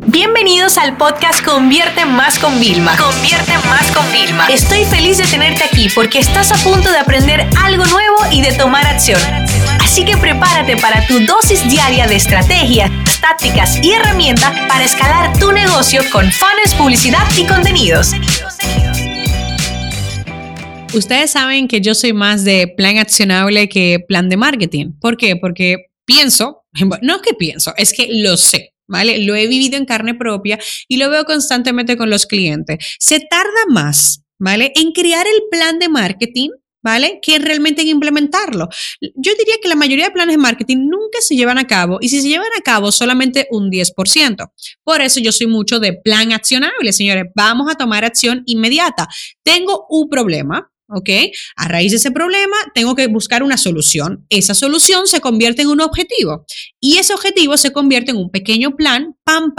Bienvenidos al podcast Convierte Más con Vilma. Convierte Más con Vilma. Estoy feliz de tenerte aquí porque estás a punto de aprender algo nuevo y de tomar acción. Así que prepárate para tu dosis diaria de estrategias, tácticas y herramientas para escalar tu negocio con funnels, publicidad y contenidos. Ustedes saben que yo soy más de plan accionable que plan de marketing. ¿Por qué? Porque es que lo sé. ¿Vale? Lo he vivido en carne propia y lo veo constantemente con los clientes. Se tarda más, ¿vale? En crear el plan de marketing, ¿vale? Que realmente en implementarlo. Yo diría que la mayoría de planes de marketing nunca se llevan a cabo y si se llevan a cabo solamente un 10%. Por eso yo soy mucho de plan accionable, señores. Vamos a tomar acción inmediata. Tengo un problema. ¿Ok? A raíz de ese problema, tengo que buscar una solución. Esa solución se convierte en un objetivo y ese objetivo se convierte en un pequeño plan,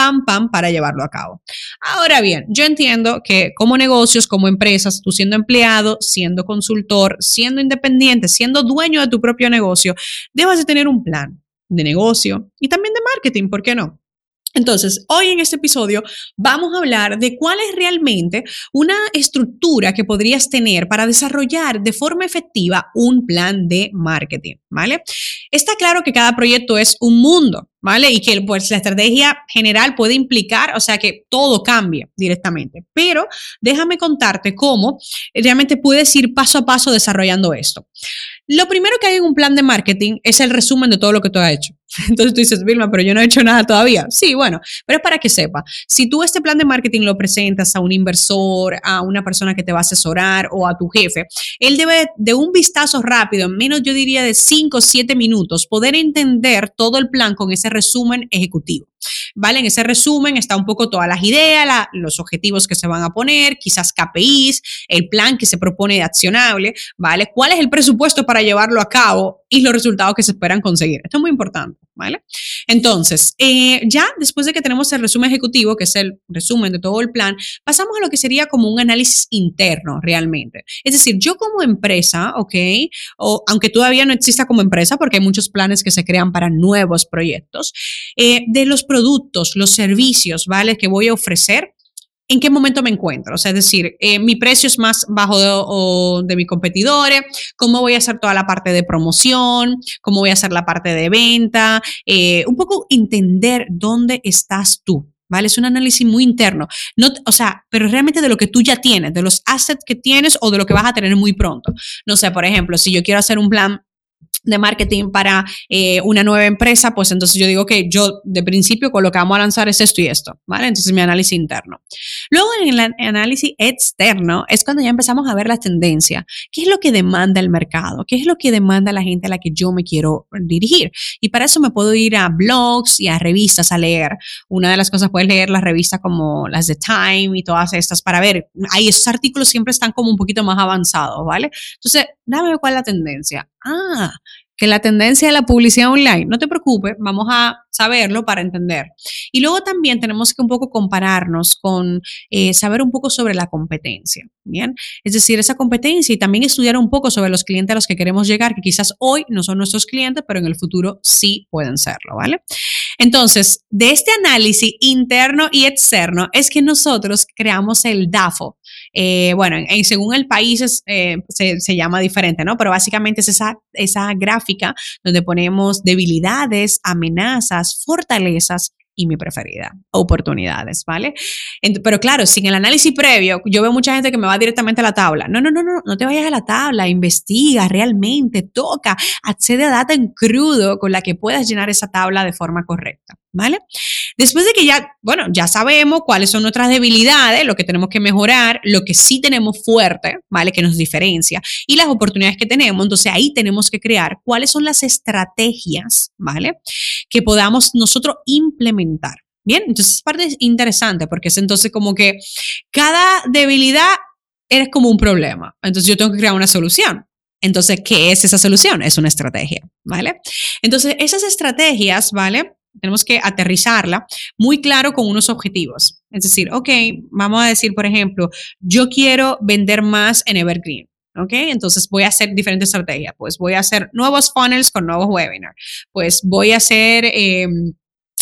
para llevarlo a cabo. Ahora bien, yo entiendo que como negocios, como empresas, tú siendo empleado, siendo consultor, siendo independiente, siendo dueño de tu propio negocio, debes de tener un plan de negocio y también de marketing, ¿por qué no? Entonces, hoy en este episodio vamos a hablar de cuál es realmente una estructura que podrías tener para desarrollar de forma efectiva un plan de marketing, ¿vale? Está claro que cada proyecto es un mundo, ¿vale? Y que pues la estrategia general puede implicar, o sea, que todo cambie directamente. Pero déjame contarte cómo realmente puedes ir paso a paso desarrollando esto. Lo primero que hay en un plan de marketing es el resumen de todo lo que tú has hecho. Entonces tú dices, Vilma, pero yo no he hecho nada todavía. Sí, bueno, pero es para que sepa. Si tú este plan de marketing lo presentas a un inversor, a una persona que te va a asesorar o a tu jefe, él debe de un vistazo rápido, en menos yo diría de 5 o 7 minutos, poder entender todo el plan con ese resumen ejecutivo. ¿Vale? En ese resumen está un poco todas las ideas, los objetivos que se van a poner, quizás KPIs, el plan que se propone de accionable, ¿vale? ¿Cuál es el presupuesto para llevarlo a cabo y los resultados que se esperan conseguir? Esto es muy importante, ¿vale? Entonces, ya después de que tenemos el resumen ejecutivo, que es el resumen de todo el plan, pasamos a lo que sería como un análisis interno realmente. Es decir, yo como empresa, ¿ok? O aunque todavía no exista como empresa, porque hay muchos planes que se crean para nuevos proyectos, de los productos, los servicios, ¿vale? Que voy a ofrecer, ¿en qué momento me encuentro? O sea, es decir, mi precio es más bajo de mis competidores, ¿cómo voy a hacer toda la parte de promoción? ¿Cómo voy a hacer la parte de venta? Un poco entender dónde estás tú. ¿Vale? Es un análisis muy interno. No, o sea, pero realmente de lo que tú ya tienes, de los assets que tienes o de lo que vas a tener muy pronto. No sé, por ejemplo, si yo quiero hacer un plan de marketing para una nueva empresa, pues entonces yo digo que yo de principio con lo que vamos a lanzar es esto y esto, ¿vale? Entonces mi análisis interno. Luego en el análisis externo es cuando ya empezamos a ver la tendencia. ¿Qué es lo que demanda el mercado? ¿Qué es lo que demanda la gente a la que yo me quiero dirigir? Y para eso me puedo ir a blogs y a revistas a leer. Una de las cosas, puedes leer las revistas como las de Time y todas estas para ver. Ahí esos artículos siempre están como un poquito más avanzados, ¿vale? Entonces, déjame ver cuál es la tendencia. Que la tendencia de la publicidad online, no te preocupes, vamos a saberlo para entender. Y luego también tenemos que un poco compararnos con saber un poco sobre la competencia, ¿bien? Es decir, esa competencia y también estudiar un poco sobre los clientes a los que queremos llegar, que quizás hoy no son nuestros clientes, pero en el futuro sí pueden serlo, ¿vale? Entonces, de este análisis interno y externo es que nosotros creamos el DAFO. Según el país se llama diferente, ¿no? Pero básicamente es esa gráfica donde ponemos debilidades, amenazas, fortalezas y mi preferida, oportunidades, ¿vale? Pero claro, sin el análisis previo, yo veo mucha gente que me va directamente a la tabla. No te vayas a la tabla, investiga realmente, toca, accede a data en crudo con la que puedas llenar esa tabla de forma correcta, ¿vale? Después de que ya sabemos cuáles son nuestras debilidades, lo que tenemos que mejorar, lo que sí tenemos fuerte, ¿vale? Que nos diferencia y las oportunidades que tenemos, entonces ahí tenemos que crear cuáles son las estrategias, ¿vale? Que podamos nosotros implementar. Bien, entonces es parte interesante porque es entonces como que cada debilidad es como un problema. Entonces yo tengo que crear una solución. Entonces, ¿qué es esa solución? Es una estrategia, ¿vale? Entonces, esas estrategias, ¿vale? Tenemos que aterrizarla muy claro con unos objetivos. Es decir, ok, vamos a decir, por ejemplo, yo quiero vender más en Evergreen. ¿Ok? Entonces voy a hacer diferentes estrategias. Pues voy a hacer nuevos funnels con nuevos webinars. Pues voy a hacer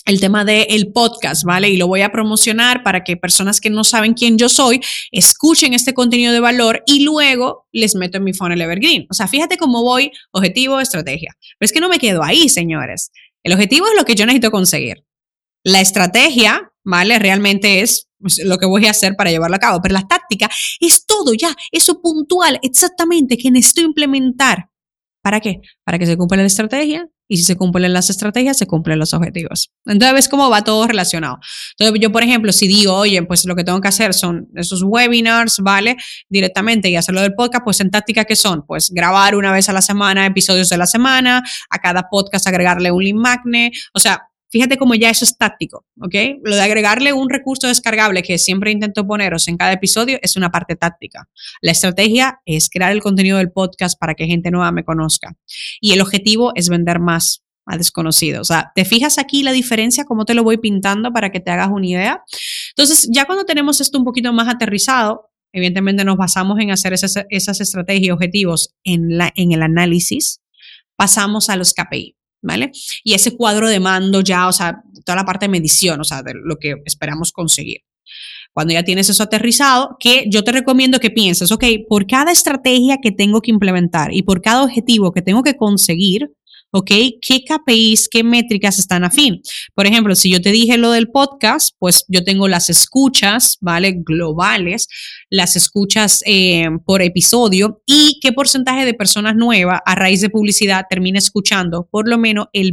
el tema del podcast, ¿vale? Y lo voy a promocionar para que personas que no saben quién yo soy escuchen este contenido de valor y luego les meto en mi funnel evergreen. O sea, fíjate cómo voy, objetivo, estrategia. Pero es que no me quedo ahí, señores. El objetivo es lo que yo necesito conseguir. La estrategia, ¿vale? Realmente es lo que voy a hacer para llevarlo a cabo. Pero la táctica es todo ya, eso puntual, exactamente, que necesito implementar. ¿Para qué? Para que se cumpla la estrategia. Y si se cumplen las estrategias, se cumplen los objetivos. Entonces, ves cómo va todo relacionado. Entonces, yo, por ejemplo, si digo, oye, pues lo que tengo que hacer son esos webinars, ¿vale? Directamente y hacerlo del podcast, pues en táctica, ¿qué son? Pues grabar una vez a la semana, episodios de la semana, a cada podcast agregarle un link magnet. O sea, fíjate cómo ya eso es táctico, ¿ok? Lo de agregarle un recurso descargable que siempre intento poneros en cada episodio es una parte táctica. La estrategia es crear el contenido del podcast para que gente nueva me conozca. Y el objetivo es vender más a desconocidos. O sea, ¿te fijas aquí la diferencia? ¿Cómo te lo voy pintando para que te hagas una idea? Entonces, ya cuando tenemos esto un poquito más aterrizado, evidentemente nos basamos en hacer esas estrategias y objetivos en el análisis, pasamos a los KPI. ¿Vale? Y ese cuadro de mando ya, o sea, toda la parte de medición, o sea, de lo que esperamos conseguir. Cuando ya tienes eso aterrizado, que yo te recomiendo que pienses, ok, por cada estrategia que tengo que implementar y por cada objetivo que tengo que conseguir, ok, ¿qué KPIs, qué métricas están afín? Por ejemplo, si yo te dije lo del podcast, pues yo tengo las escuchas, ¿vale? Globales, las escuchas por episodio y qué porcentaje de personas nuevas a raíz de publicidad termina escuchando por lo menos el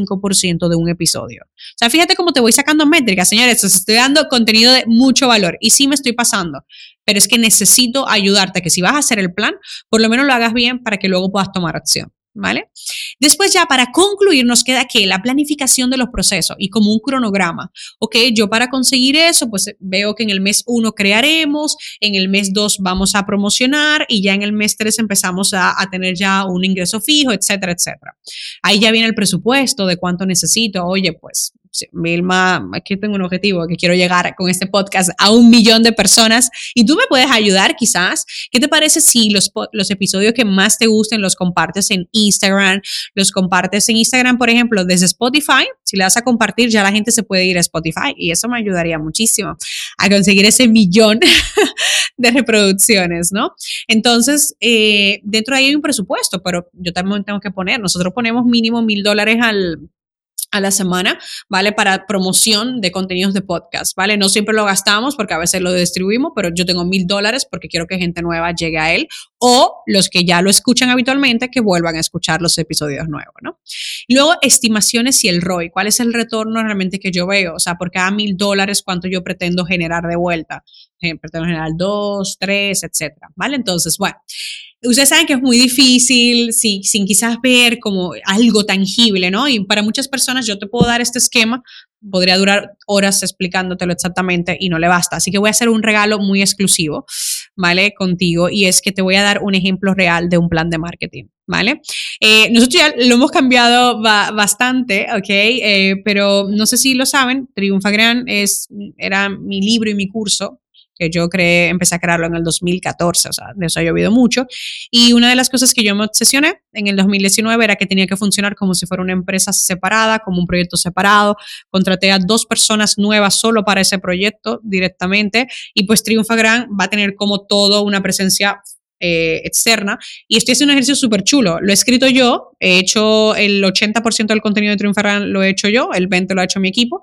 25% de un episodio. O sea, fíjate cómo te voy sacando métricas, señores. Os estoy dando contenido de mucho valor y sí me estoy pasando, pero es que necesito ayudarte a que si vas a hacer el plan, por lo menos lo hagas bien para que luego puedas tomar acción. ¿Vale? Después ya para concluir nos queda que la planificación de los procesos y como un cronograma. Ok, yo para conseguir eso pues veo que en el mes 1 crearemos, en el mes 2 vamos a promocionar y ya en el mes 3 empezamos a tener ya un ingreso fijo, etcétera, etcétera. Ahí ya viene el presupuesto de cuánto necesito. Oye, pues Vilma, aquí tengo un objetivo que quiero llegar con este podcast a 1 millón de personas y tú me puedes ayudar quizás. ¿Qué te parece si los episodios que más te gusten los compartes en Instagram? Los compartes en Instagram, por ejemplo, desde Spotify. Si le das a compartir, ya la gente se puede ir a Spotify y eso me ayudaría muchísimo a conseguir ese 1 millón de reproducciones, ¿no? Entonces, dentro de ahí hay un presupuesto, pero yo también tengo que poner, nosotros ponemos mínimo $1,000 a la semana, ¿vale? Para promoción de contenidos de podcast, ¿vale? No siempre lo gastamos porque a veces lo distribuimos, pero yo tengo $1,000 porque quiero que gente nueva llegue a él o los que ya lo escuchan habitualmente que vuelvan a escuchar los episodios nuevos, ¿no? Luego, estimaciones y el ROI. ¿Cuál es el retorno realmente que yo veo? O sea, por cada $1,000, ¿cuánto yo pretendo generar de vuelta? Pretendo generar 2, 3, etcétera, ¿vale? Entonces, bueno. Ustedes saben que es muy difícil sin quizás ver como algo tangible, ¿no? Y para muchas personas yo te puedo dar este esquema, podría durar horas explicándotelo exactamente y no le basta. Así que voy a hacer un regalo muy exclusivo, ¿vale? Contigo y es que te voy a dar un ejemplo real de un plan de marketing, ¿vale? Nosotros ya lo hemos cambiado bastante, ¿ok? Pero no sé si lo saben, Triunfagran era mi libro y mi curso que yo empecé a crearlo en el 2014, o sea, de eso ha llovido mucho. Y una de las cosas que yo me obsesioné en el 2019 era que tenía que funcionar como si fuera una empresa separada, como un proyecto separado. Contraté a 2 personas nuevas solo para ese proyecto directamente y pues Triunfagran va a tener como todo una presencia externa y estoy haciendo un ejercicio súper chulo. Lo he escrito yo, he hecho el 80% del contenido de Triunfagran lo he hecho yo, el 20% lo ha hecho mi equipo.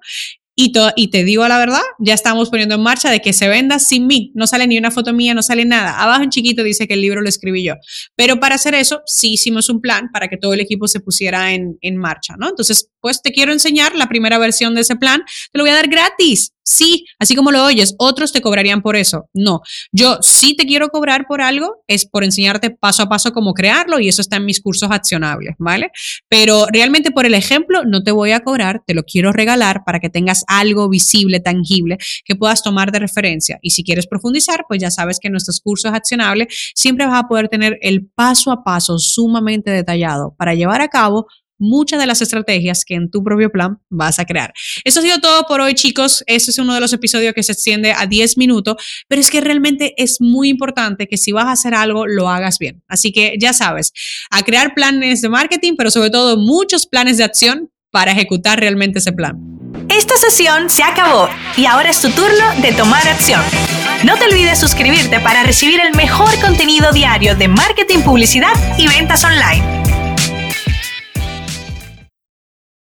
Y te digo la verdad, ya estamos poniendo en marcha de que se venda sin mí. No sale ni una foto mía, no sale nada. Abajo en chiquito dice que el libro lo escribí yo. Pero para hacer eso, sí hicimos un plan para que todo el equipo se pusiera en marcha, ¿no? Entonces, pues te quiero enseñar la primera versión de ese plan. Te lo voy a dar gratis. Sí, así como lo oyes, otros te cobrarían por eso. No, yo sí te quiero cobrar por algo, es por enseñarte paso a paso cómo crearlo y eso está en mis cursos accionables, ¿vale? Pero realmente por el ejemplo no te voy a cobrar, te lo quiero regalar para que tengas algo visible, tangible, que puedas tomar de referencia. Y si quieres profundizar, pues ya sabes que en nuestros cursos accionables siempre vas a poder tener el paso a paso sumamente detallado para llevar a cabo muchas de las estrategias que en tu propio plan vas a crear. Eso ha sido todo por hoy, chicos. Este es uno de los episodios que se extiende a 10 minutos, pero es que realmente es muy importante que si vas a hacer algo, lo hagas bien. Así que ya sabes, a crear planes de marketing, pero sobre todo muchos planes de acción para ejecutar realmente ese plan. Esta sesión se acabó y ahora es tu turno de tomar acción. No te olvides suscribirte para recibir el mejor contenido diario de marketing, publicidad y ventas online.